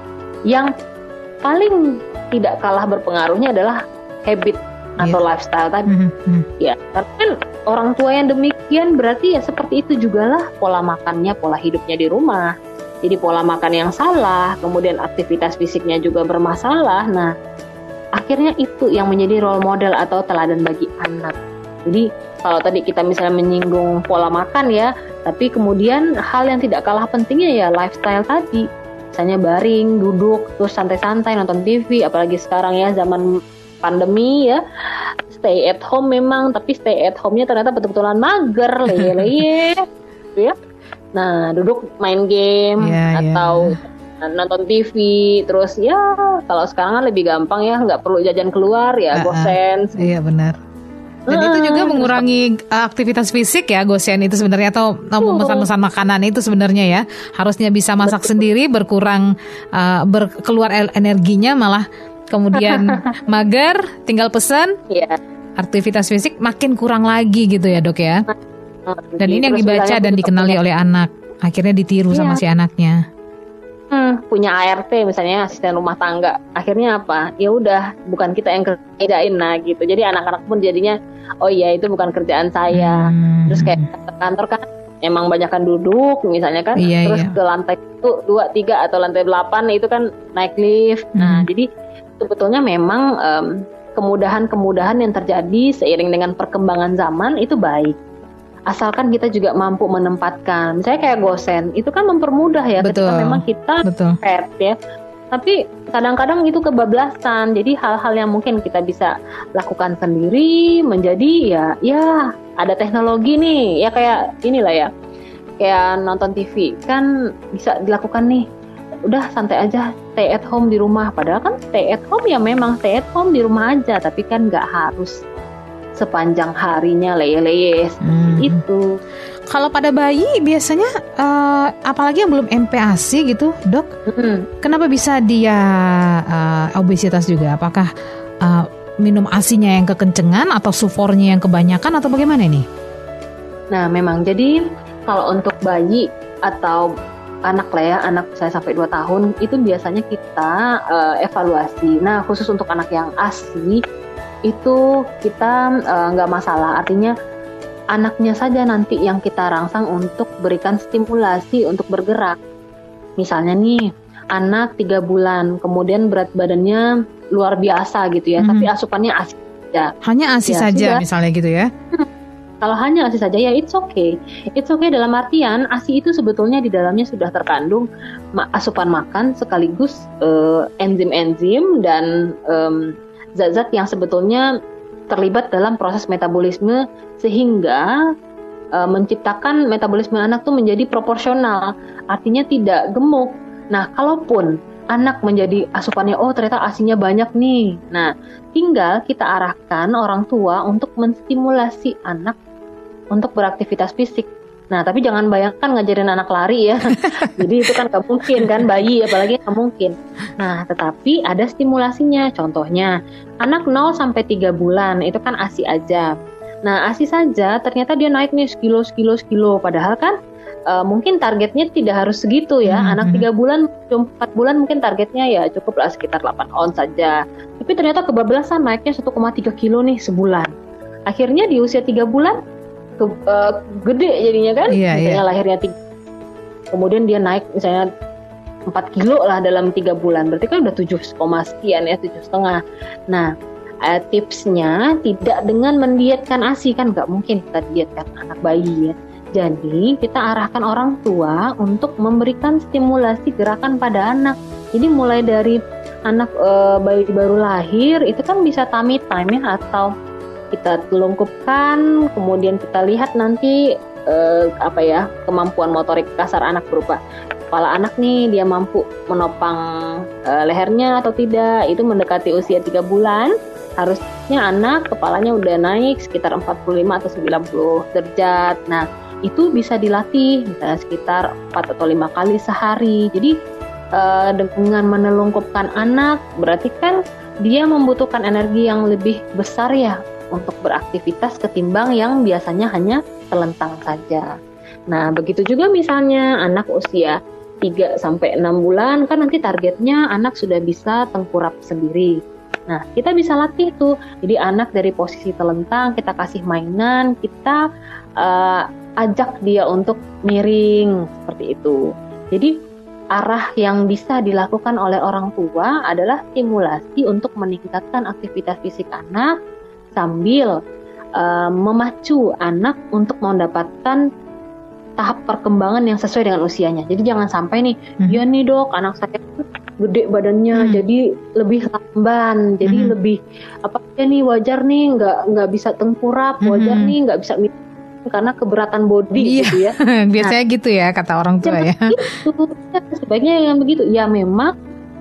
yang paling tidak kalah berpengaruhnya adalah habit atau yeah. lifestyle tadi. Mm-hmm. Ya, karena kan orang tua yang demikian berarti ya seperti itu jugalah pola makannya, pola hidupnya di rumah. Jadi pola makan yang salah, kemudian aktivitas fisiknya juga bermasalah. Nah, akhirnya itu yang menjadi role model atau teladan bagi anak. Jadi kalau tadi kita misalnya menyinggung pola makan ya, tapi kemudian hal yang tidak kalah pentingnya ya lifestyle tadi. Misalnya baring, duduk, terus santai-santai nonton T V, apalagi sekarang ya zaman pandemi ya, stay at home memang, tapi stay at home-nya ternyata betul-betulan mager, leye-leye, ya. Nah, duduk main game yeah, atau yeah. nonton T V, terus ya kalau sekarang kan lebih gampang ya, nggak perlu jajan keluar ya, uh-uh. gosen. Iya benar. Dan uh, itu juga mengurangi aktivitas fisik ya, gosen itu sebenarnya, atau uh, memesan-mesan makanan itu sebenarnya ya. Harusnya bisa masak betul. Sendiri, berkurang uh, berkeluar energinya, malah kemudian mager, tinggal pesan. Yeah. Aktivitas fisik makin kurang lagi gitu ya dok ya. Dan ini yang dibaca dan dikenali oleh anak, akhirnya ditiru yeah. sama si anaknya. Hmm, punya A R T misalnya, asisten rumah tangga, akhirnya apa? Ya udah, bukan kita yang kerjain, nah gitu. Jadi anak-anak pun jadinya, oh iya itu bukan kerjaan saya. Hmm. Terus kayak kantor kan emang banyakan duduk misalnya kan, iya, terus iya. ke lantai itu dua tiga atau lantai delapan itu kan naik lift. Hmm. Nah jadi sebetulnya memang um, kemudahan-kemudahan yang terjadi seiring dengan perkembangan zaman itu baik. Asalkan kita juga mampu menempatkan, misalnya kayak gosen, itu kan mempermudah ya, betul, ketika memang kita pet ya. Tapi kadang-kadang itu kebablasan, jadi hal-hal yang mungkin kita bisa lakukan sendiri menjadi ya, ya ada teknologi nih, ya kayak inilah ya, kayak nonton T V kan bisa dilakukan nih. Udah santai aja, stay at home di rumah. Padahal kan stay at home ya memang stay at home di rumah aja, tapi kan nggak harus sepanjang harinya leye-leye hmm. itu. Kalau pada bayi biasanya uh, apalagi yang belum M P A S I gitu dok, hmm. kenapa bisa dia uh, obesitas juga? Apakah uh, minum asinya yang kekencengan atau sufornya yang kebanyakan atau bagaimana nih? Nah memang jadi kalau untuk bayi atau anak lah ya, anak saya sampai dua tahun itu biasanya kita uh, evaluasi. Nah khusus untuk anak yang A S I itu kita nggak uh, masalah, artinya anaknya saja nanti yang kita rangsang untuk berikan stimulasi untuk bergerak. Misalnya nih anak tiga bulan kemudian berat badannya luar biasa gitu ya, mm-hmm. tapi asupannya A S I saja. Hanya A S I ya, saja sudah. Misalnya gitu ya. Hmm. Kalau hanya A S I saja ya it's okay. It's okay dalam artian A S I itu sebetulnya di dalamnya sudah terkandung asupan makan sekaligus uh, enzim-enzim dan um, zat-zat yang sebetulnya terlibat dalam proses metabolisme sehingga e, menciptakan metabolisme anak tuh menjadi proporsional, artinya tidak gemuk. Nah, kalaupun anak menjadi asupannya, oh ternyata A S I-nya banyak nih. Nah, tinggal kita arahkan orang tua untuk menstimulasi anak untuk beraktivitas fisik. Nah, tapi jangan bayangkan ngajarin anak lari ya. Jadi itu kan gak mungkin kan, bayi apalagi gak mungkin. Nah, tetapi ada stimulasinya. Contohnya, anak nol sampai tiga bulan itu kan A S I aja. Nah, A S I saja ternyata dia naik nih sekilo, sekilo, sekilo. Padahal kan uh, mungkin targetnya tidak harus segitu ya. Mm-hmm. Anak tiga bulan, empat bulan mungkin targetnya ya cukup lah sekitar delapan ons saja. Tapi ternyata kebablasan naiknya satu koma tiga kilo nih sebulan. Akhirnya di usia tiga bulan, Ke, uh, gede jadinya kan, iya, misalnya iya. lahirnya tiga, kemudian dia naik misalnya empat kilo lah dalam tiga bulan, berarti kan udah tujuh koma sekian ya, tujuh setengah. Nah uh, tipsnya tidak dengan mendietkan A S I, kan nggak mungkin kita dietkan anak bayi ya. Jadi kita arahkan orang tua untuk memberikan stimulasi gerakan pada anak. Jadi mulai dari anak uh, bayi baru lahir itu kan bisa tummy time ya, atau kita telungkupkan, kemudian kita lihat nanti eh, apa ya kemampuan motorik kasar anak berupa kepala anak nih, dia mampu menopang uh, lehernya atau tidak. Itu mendekati usia tiga bulan, harusnya anak kepalanya udah naik sekitar empat puluh lima atau sembilan puluh derajat. Nah, itu bisa dilatih misalnya sekitar empat atau lima kali sehari. Jadi uh, dengan menelungkupkan anak, berarti kan dia membutuhkan energi yang lebih besar ya untuk beraktivitas ketimbang yang biasanya hanya telentang saja. Nah, begitu juga misalnya anak usia tiga sampai enam bulan, kan nanti targetnya anak sudah bisa tengkurap sendiri. Nah, kita bisa latih tuh. Jadi anak dari posisi telentang, kita kasih mainan, kita uh, ajak dia untuk miring, seperti itu. Jadi arah yang bisa dilakukan oleh orang tua adalah stimulasi untuk meningkatkan aktivitas fisik anak sambil uh, memacu anak untuk mendapatkan tahap perkembangan yang sesuai dengan usianya. Jadi jangan sampai nih, hmm. ya nih dok, anak saya gede badannya, hmm. jadi lebih lamban, jadi hmm. lebih apa ya nih wajar nih nggak nggak bisa tengkurap, hmm. wajar nih nggak bisa karena keberatan body iya. gitu ya. Biasanya nah, gitu ya kata orang tua ya. Begitu, ya. Sebaiknya yang begitu. Ya memang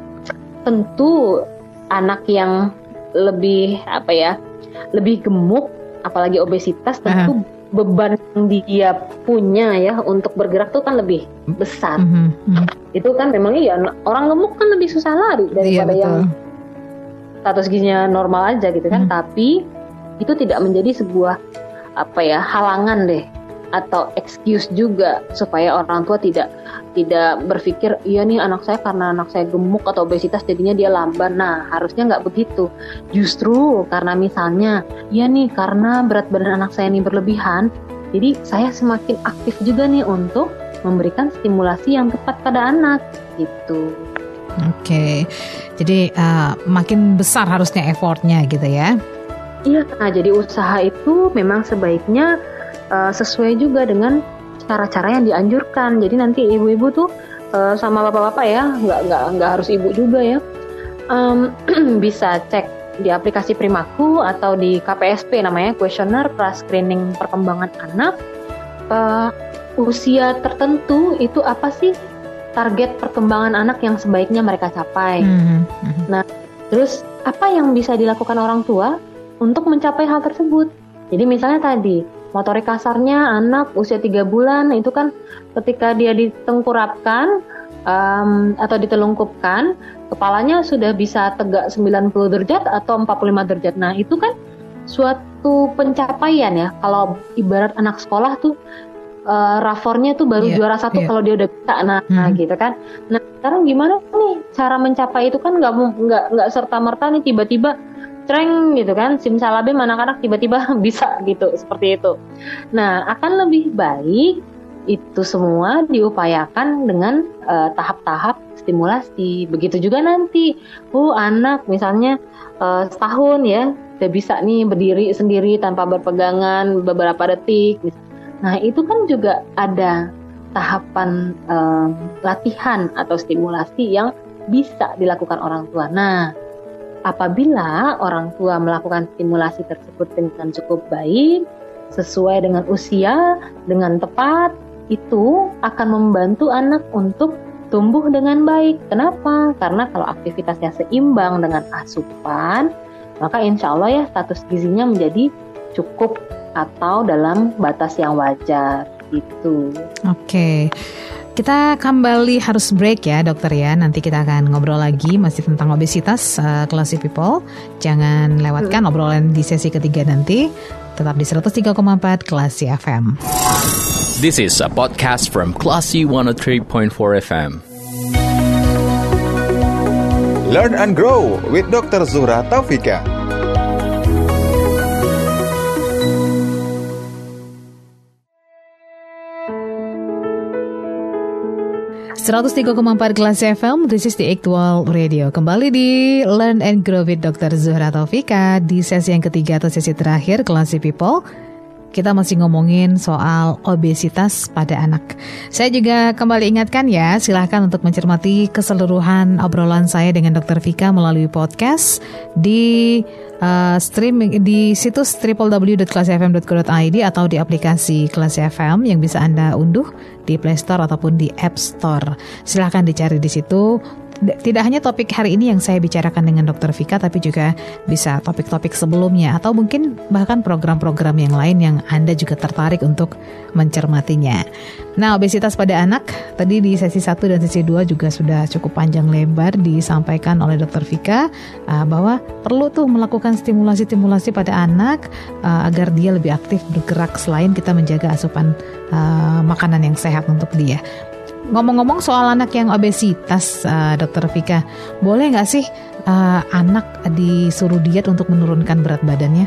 tentu anak yang lebih apa ya, lebih gemuk, apalagi obesitas tentu uh-huh. beban yang dia punya ya untuk bergerak tuh kan lebih besar. Mm-hmm. Mm-hmm. Itu kan memang iya orang gemuk kan lebih susah lari daripada iya, yang status gizinya normal aja gitu kan. Mm-hmm. Tapi itu tidak menjadi sebuah apa ya halangan deh atau excuse juga supaya orang tua tidak tidak berpikir iya nih anak saya karena anak saya gemuk atau obesitas jadinya dia lamban. Nah harusnya nggak begitu. Justru karena misalnya iya nih karena berat badan anak saya ini berlebihan, jadi saya semakin aktif juga nih untuk memberikan stimulasi yang tepat pada anak gitu. Oke, jadi uh, makin besar harusnya effortnya gitu ya? Iya, nah jadi usaha itu memang sebaiknya uh, sesuai juga dengan cara-cara yang dianjurkan. Jadi nanti ibu-ibu tuh uh, sama bapak-bapak ya, nggak nggak nggak harus ibu juga ya, um, bisa cek di aplikasi Primaku atau di K P S P namanya Questionnaire Pra-Screening Perkembangan Anak. Uh, usia tertentu itu apa sih target perkembangan anak yang sebaiknya mereka capai. Mm-hmm. Nah, terus apa yang bisa dilakukan orang tua untuk mencapai hal tersebut? Jadi misalnya tadi motorik kasarnya anak usia tiga bulan itu kan ketika dia ditengkurapkan um, atau ditelungkupkan, kepalanya sudah bisa tegak sembilan puluh derajat atau empat puluh lima derajat. Nah itu kan suatu pencapaian ya. Kalau ibarat anak sekolah tuh uh, rapornya tuh baru yeah, juara satu yeah. kalau dia udah bisa. Nah, hmm. nah gitu kan. Nah sekarang gimana nih cara mencapai itu kan nggak nggak nggak serta merta nih tiba-tiba treng gitu kan, simsalabim anak-anak tiba-tiba bisa gitu, seperti itu. Nah, akan lebih baik itu semua diupayakan dengan uh, tahap-tahap stimulasi. Begitu juga nanti, oh anak misalnya uh, setahun ya, udah bisa nih berdiri sendiri tanpa berpegangan beberapa detik. Nah, itu kan juga ada tahapan uh, latihan atau stimulasi yang bisa dilakukan orang tua. Nah, apabila orang tua melakukan stimulasi tersebut dengan cukup baik, sesuai dengan usia, dengan tepat, itu akan membantu anak untuk tumbuh dengan baik. Kenapa? Karena kalau aktivitasnya seimbang dengan asupan, maka insya Allah ya status gizinya menjadi cukup atau dalam batas yang wajar. Gitu. Oke. Kita kembali harus break ya dokter ya. Nanti kita akan ngobrol lagi masih tentang obesitas, uh, Classy People. Jangan lewatkan hmm. obrolan di sesi ketiga nanti. Tetap di seratus tiga koma empat Classy F M. This is a podcast from Classy one oh three point four F M. Learn and grow with dokter Zuhra Taufika. seratus tiga koma empat Classy F M, this is the Actual Radio. Kembali di Learn and Grow with dokter Zuhra Taufika di sesi yang ketiga atau sesi terakhir Classy People. kita masih ngomongin soal obesitas pada anak. Saya juga kembali ingatkan ya, silahkan untuk mencermati keseluruhan obrolan saya dengan dokter Vika melalui podcast di uh, streaming di situs w w w dot klasi f m dot co dot i d atau di aplikasi Klasi F M yang bisa Anda unduh di Play Store ataupun di App Store. Silahkan dicari di situ. Tidak hanya topik hari ini yang saya bicarakan dengan dokter Vika, tapi juga bisa topik-topik sebelumnya atau mungkin bahkan program-program yang lain yang Anda juga tertarik untuk mencermatinya. Nah, obesitas pada anak tadi di sesi satu dan sesi dua juga sudah cukup panjang lebar disampaikan oleh dokter Vika uh, bahwa perlu tuh melakukan stimulasi-stimulasi pada anak uh, agar dia lebih aktif bergerak selain kita menjaga asupan uh, makanan yang sehat untuk dia. Ngomong-ngomong soal anak yang obesitas, uh, dokter Vika, boleh nggak sih uh, anak disuruh diet untuk menurunkan berat badannya?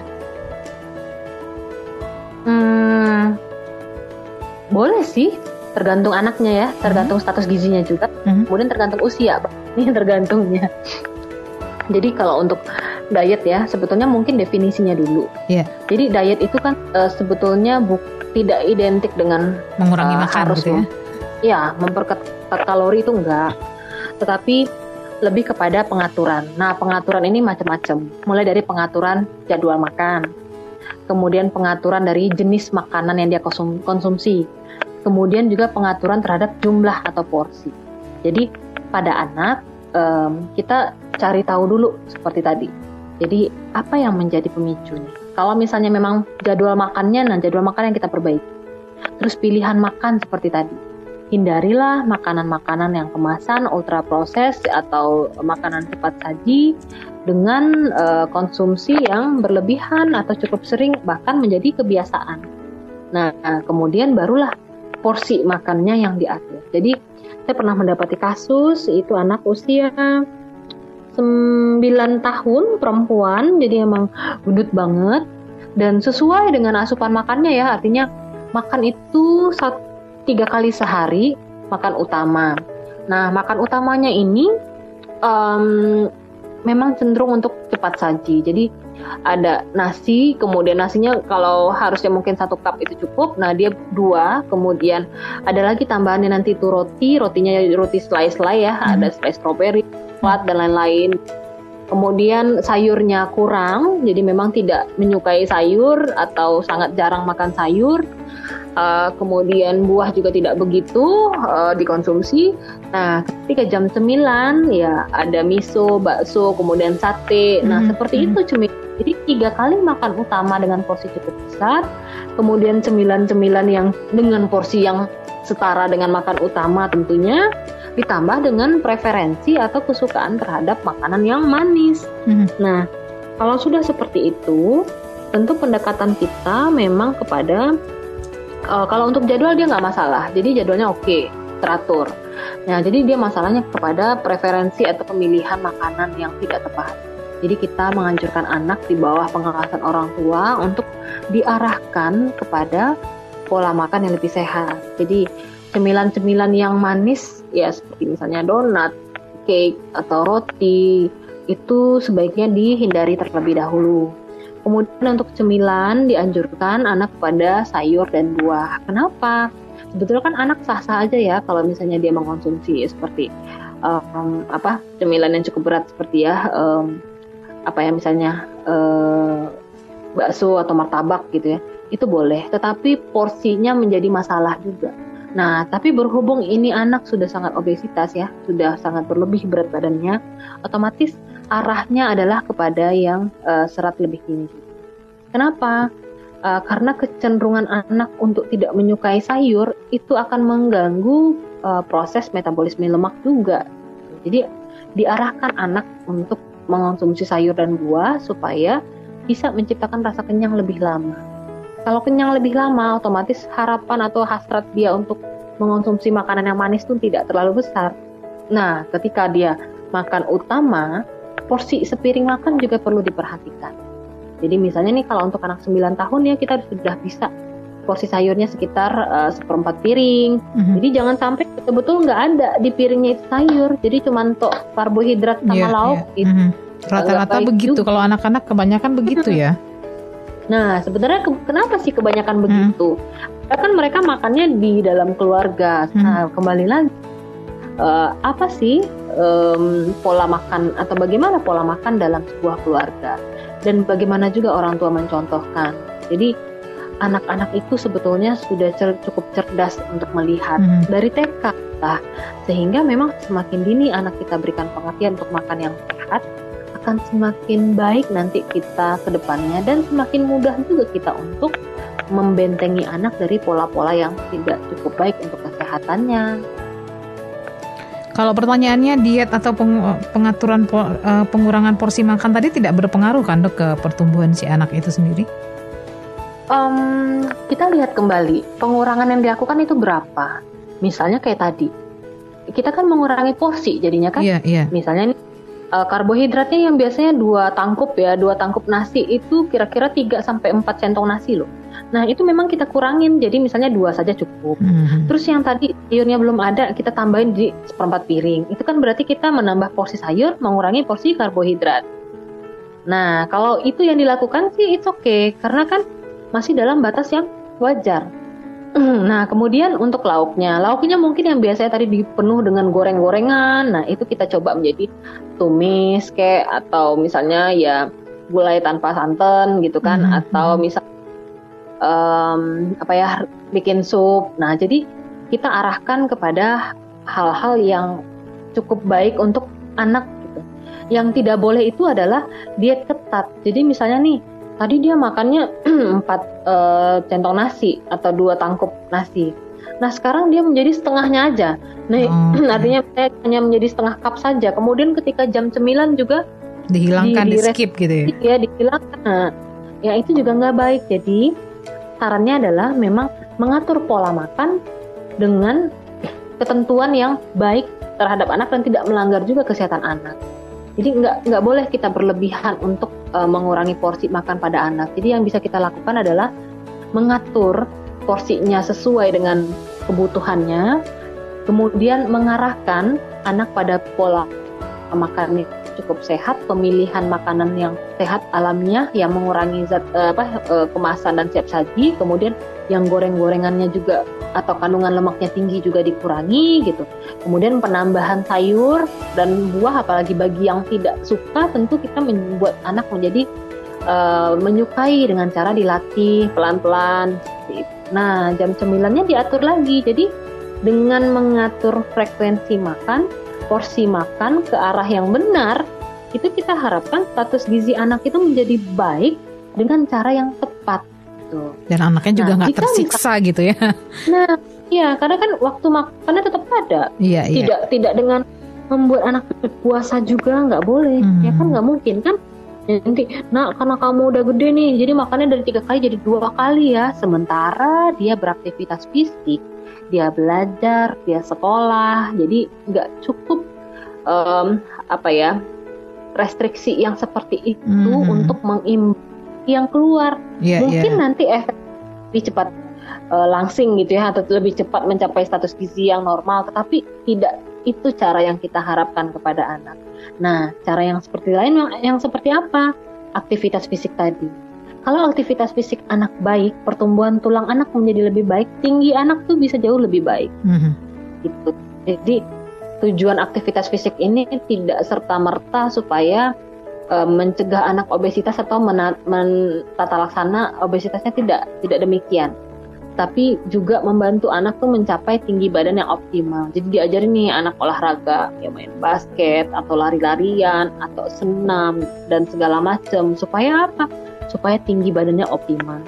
Hmm, boleh sih, tergantung anaknya ya, tergantung hmm. status gizinya juga, hmm. kemudian tergantung usia, ini tergantungnya. Jadi kalau untuk diet ya, sebetulnya mungkin definisinya dulu. Yeah. Jadi diet itu kan uh, sebetulnya buk- tidak identik dengan mengurangi uh, makan harus gitu ya. Ya, memperketat kalori itu enggak, tetapi lebih kepada pengaturan. Nah, pengaturan ini macam-macam, mulai dari pengaturan jadwal makan, kemudian pengaturan dari jenis makanan yang dia konsum- konsumsi, kemudian juga pengaturan terhadap jumlah atau porsi. Jadi pada anak um, kita cari tahu dulu seperti tadi. Jadi apa yang menjadi pemicunya? Kalau misalnya memang jadwal makannya, nah jadwal makan yang kita perbaiki. Terus pilihan makan seperti tadi. Hindarilah makanan-makanan yang kemasan, ultra proses atau makanan cepat saji dengan uh, konsumsi yang berlebihan atau cukup sering bahkan menjadi kebiasaan. Nah, kemudian barulah porsi makannya yang diatur. Jadi saya pernah mendapati kasus itu anak usia sembilan tahun perempuan, jadi emang gendut banget dan sesuai dengan asupan makannya ya, artinya makan itu satu tiga kali sehari makan utama. Nah, makan utamanya ini um, memang cenderung untuk cepat saji. Jadi ada nasi, kemudian nasinya kalau harusnya mungkin satu cup itu cukup. Nah, dia dua, kemudian ada lagi tambahannya nanti itu roti, rotinya roti slice-slice ya, hmm. ada slice strawberry, coklat dan lain-lain. Kemudian sayurnya kurang, jadi memang tidak menyukai sayur atau sangat jarang makan sayur. Uh, kemudian buah juga tidak begitu uh, dikonsumsi. Nah, ketika jam sembilan ya ada miso, bakso, kemudian sate. Nah, hmm. seperti hmm. itu cumi. Jadi tiga kali makan utama dengan porsi cukup besar. Kemudian cemilan-cemilan yang dengan porsi yang setara dengan makan utama tentunya, ditambah dengan preferensi atau kesukaan terhadap makanan yang manis. Hmm. Nah, kalau sudah seperti itu, tentu pendekatan kita memang kepada Uh, kalau untuk jadwal dia nggak masalah, jadi jadwalnya oke, okay, teratur. Nah, jadi dia masalahnya kepada preferensi atau pemilihan makanan yang tidak tepat. Jadi kita menganjurkan anak di bawah pengawasan orang tua untuk diarahkan kepada pola makan yang lebih sehat. Jadi cemilan-cemilan yang manis, ya seperti misalnya donat, cake atau roti, itu sebaiknya dihindari terlebih dahulu. Kemudian untuk cemilan dianjurkan anak pada sayur dan buah. Kenapa? Sebetulnya kan anak sah-sah aja ya kalau misalnya dia mengkonsumsi seperti um, apa cemilan yang cukup berat seperti ya um, apa ya misalnya um, bakso atau martabak gitu ya. Itu boleh, tetapi porsinya menjadi masalah juga. Nah, tapi berhubung ini anak sudah sangat obesitas ya, sudah sangat berlebih berat badannya, otomatis arahnya adalah kepada yang uh, serat lebih tinggi. Kenapa? Uh, karena kecenderungan anak untuk tidak menyukai sayur itu akan mengganggu uh, proses metabolisme lemak juga. Jadi diarahkan anak untuk mengonsumsi sayur dan buah supaya bisa menciptakan rasa kenyang lebih lama. Kalau kenyang lebih lama, otomatis harapan atau hasrat dia untuk mengonsumsi makanan yang manis itu tidak terlalu besar. Nah, ketika dia makan utama, porsi sepiring makan juga perlu diperhatikan. Jadi misalnya nih kalau untuk anak sembilan tahun ya kita sudah bisa porsi sayurnya sekitar uh, seperempat piring. Mm-hmm. Jadi jangan sampai betul-betul nggak ada di piringnya itu sayur. Jadi cuma tok karbohidrat sama yeah, lauk. Yeah. Gitu. Mm-hmm. Rata-rata begitu. Juga. Kalau anak-anak kebanyakan begitu ya. Nah, sebenarnya ke- kenapa sih kebanyakan begitu? Karena kan mereka makannya di dalam keluarga. Hmm. Nah, kembali lagi, uh, apa sih um, pola makan atau bagaimana pola makan dalam sebuah keluarga? Dan bagaimana juga orang tua mencontohkan. Jadi, anak-anak itu sebetulnya sudah cer- cukup cerdas untuk melihat Hmm. dari T K lah. Sehingga memang semakin dini anak kita berikan pengertian untuk makan yang sehat, akan semakin baik nanti kita ke depannya dan semakin mudah juga kita untuk membentengi anak dari pola-pola yang tidak cukup baik untuk kesehatannya. Kalau pertanyaannya diet atau peng- pengaturan po- uh, pengurangan porsi makan tadi tidak berpengaruh kan dok ke pertumbuhan si anak itu sendiri? Um, kita lihat kembali pengurangan yang dilakukan itu berapa. Misalnya kayak tadi, kita kan mengurangi porsi jadinya kan. Iya, iya. Misalnya nih, uh, karbohidratnya yang biasanya dua tangkup ya, dua tangkup nasi itu kira-kira tiga sampai empat centong nasi loh. Nah itu memang kita kurangin, jadi misalnya dua saja cukup. Mhm. Terus yang tadi sayurnya belum ada, kita tambahin di seperempat piring. Itu kan berarti kita menambah porsi sayur, mengurangi porsi karbohidrat. Nah kalau itu yang dilakukan sih it's okay, karena kan masih dalam batas yang wajar. Nah kemudian untuk lauknya, lauknya mungkin yang biasanya tadi dipenuh dengan goreng-gorengan. Nah itu kita coba menjadi tumis kayak, atau misalnya ya gulai tanpa santan gitu kan, Mhm. atau misal um, apa ya bikin sup. Nah jadi kita arahkan kepada hal-hal yang cukup baik untuk anak gitu. Yang tidak boleh itu adalah diet ketat. Jadi misalnya nih tadi dia makannya empat uh, centong nasi atau dua tangkup nasi. Nah sekarang dia menjadi setengahnya aja. Nah Oh. artinya saya hanya menjadi setengah cup saja. Kemudian ketika jam cemilan juga Dihilangkan, di- di di- skip gitu ya? ya dihilangkan. Nah, ya itu juga nggak baik. Jadi sarannya adalah memang mengatur pola makan dengan ketentuan yang baik terhadap anak dan tidak melanggar juga kesehatan anak. Jadi nggak nggak boleh kita berlebihan untuk uh, mengurangi porsi makan pada anak. Jadi yang bisa kita lakukan adalah mengatur porsinya sesuai dengan kebutuhannya, kemudian mengarahkan anak pada pola makan yang cukup sehat, pemilihan makanan yang sehat alamiah yang mengurangi zat uh, apa uh, kemasan dan siap saji, kemudian yang goreng-gorengannya juga atau kandungan lemaknya tinggi juga dikurangi gitu. Kemudian penambahan sayur dan buah, apalagi bagi yang tidak suka, tentu kita membuat anak menjadi uh, menyukai dengan cara dilatih pelan-pelan. Nah, jam cemilannya diatur lagi. Jadi dengan mengatur frekuensi makan, porsi makan ke arah yang benar, itu kita harapkan status gizi anak itu menjadi baik dengan cara yang tepat. Gitu. Dan anaknya juga Nah, nggak jika tersiksa gitu ya? Nah, iya, karena kan waktu makannya tetap ada. Iya, iya. Tidak tidak dengan membuat anak puasa juga nggak boleh. Hmm. Ya kan nggak mungkin kan? Nanti, nah karena kamu udah gede nih, jadi makannya dari tiga kali jadi dua kali ya. Sementara dia beraktivitas fisik, dia belajar, dia sekolah, jadi nggak cukup um, apa ya restriksi yang seperti itu Hmm. untuk mengimbangi yang keluar. Iya, Mungkin iya. nanti efek lebih cepat uh, langsing gitu ya, atau lebih cepat mencapai status gizi yang normal, tetapi tidak itu cara yang kita harapkan kepada anak. Nah, cara yang seperti lain yang, yang seperti apa? Aktivitas fisik tadi. Kalau aktivitas fisik anak baik, pertumbuhan tulang anak menjadi lebih baik, tinggi anak tuh bisa jauh lebih baik. Mhm. Gitu. Jadi tujuan aktivitas fisik ini tidak serta-merta supaya uh, mencegah anak obesitas atau mena- menata laksana obesitasnya, tidak tidak demikian. Tapi juga membantu anak tuh mencapai tinggi badan yang optimal. Jadi diajarin nih anak olahraga, ya main basket atau lari-larian atau senam dan segala macam, supaya apa? Supaya tinggi badannya optimal.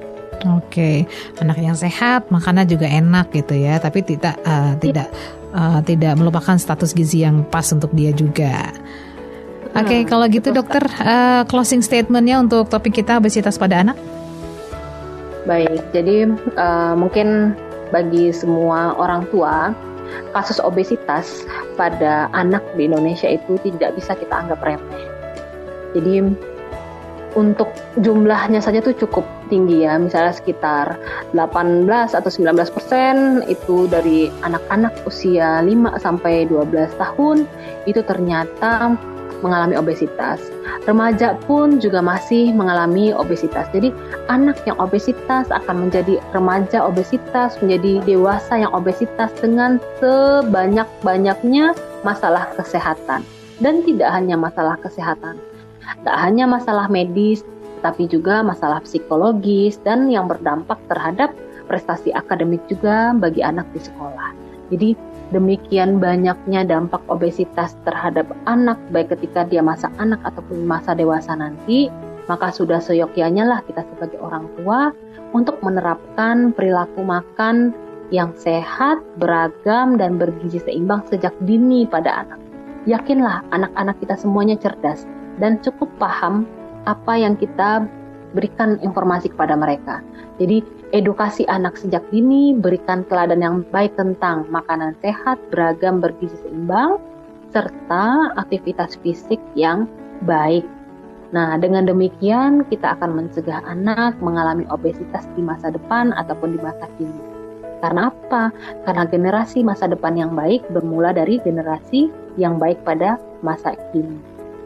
Oke, anak yang sehat, makannya juga enak gitu ya, tapi tidak uh, tidak uh, tidak melupakan status gizi yang pas untuk dia juga. Oke, Hmm, kalau gitu betul dokter, uh, closing statementnya untuk topik kita obesitas pada anak. Baik, jadi uh, mungkin bagi semua orang tua, kasus obesitas pada anak di Indonesia itu tidak bisa kita anggap remeh. Jadi untuk jumlahnya saja tuh cukup tinggi ya, misalnya sekitar delapan belas atau sembilan belas persen itu dari anak-anak usia lima sampai dua belas tahun itu ternyata mengalami obesitas. Remaja pun juga masih mengalami obesitas. Jadi anak yang obesitas akan menjadi remaja obesitas, menjadi dewasa yang obesitas dengan sebanyak-banyaknya masalah kesehatan. Dan tidak hanya masalah kesehatan, tak hanya masalah medis, tetapi juga masalah psikologis dan yang berdampak terhadap prestasi akademik juga bagi anak di sekolah. Jadi demikian banyaknya dampak obesitas terhadap anak, baik ketika dia masa anak ataupun masa dewasa nanti, maka sudah seyogyanya lah kita sebagai orang tua untuk menerapkan perilaku makan yang sehat, beragam, dan bergizi seimbang sejak dini pada anak. Yakinlah anak-anak kita semuanya cerdas dan cukup paham apa yang kita berikan informasi kepada mereka. Jadi edukasi anak sejak dini, berikan teladan yang baik tentang makanan sehat, beragam, bergizi seimbang, serta aktivitas fisik yang baik. Nah, dengan demikian kita akan mencegah anak mengalami obesitas di masa depan ataupun di masa kini. Karena apa? Karena generasi masa depan yang baik bermula dari generasi yang baik pada masa kini.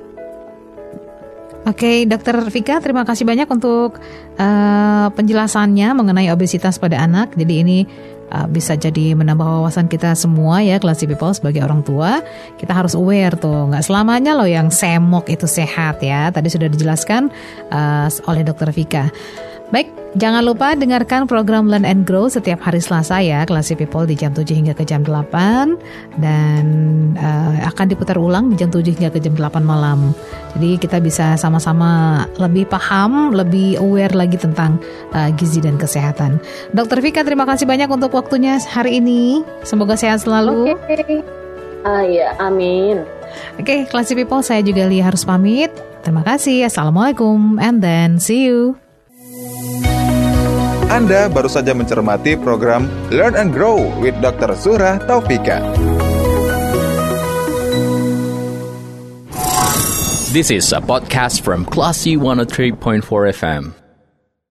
Oke, Dokter Vika, terima kasih banyak untuk uh, penjelasannya mengenai obesitas pada anak. Jadi ini uh, bisa jadi menambah wawasan kita semua ya, Classy People sebagai orang tua. Kita harus aware tuh, nggak selamanya loh yang semok itu sehat ya. Tadi sudah dijelaskan uh, oleh Dokter Vika. Baik, jangan lupa dengarkan program Learn and Grow setiap hari Selasa ya, Classy People, di jam tujuh hingga ke jam delapan. Dan uh, akan diputar ulang di jam tujuh hingga ke jam delapan malam. Jadi kita bisa sama-sama lebih paham, lebih aware lagi tentang uh, gizi dan kesehatan. Dokter Vika, terima kasih banyak untuk waktunya hari ini. Semoga sehat selalu. Oke, okay. uh, ya, amin. Oke, okay, Classy People, saya juga Lia harus pamit. Terima kasih, Assalamualaikum, and then see you. Anda baru saja mencermati program Learn and Grow with Dokter Zuhra Taufika. This is a podcast from Classy one oh three point four F M.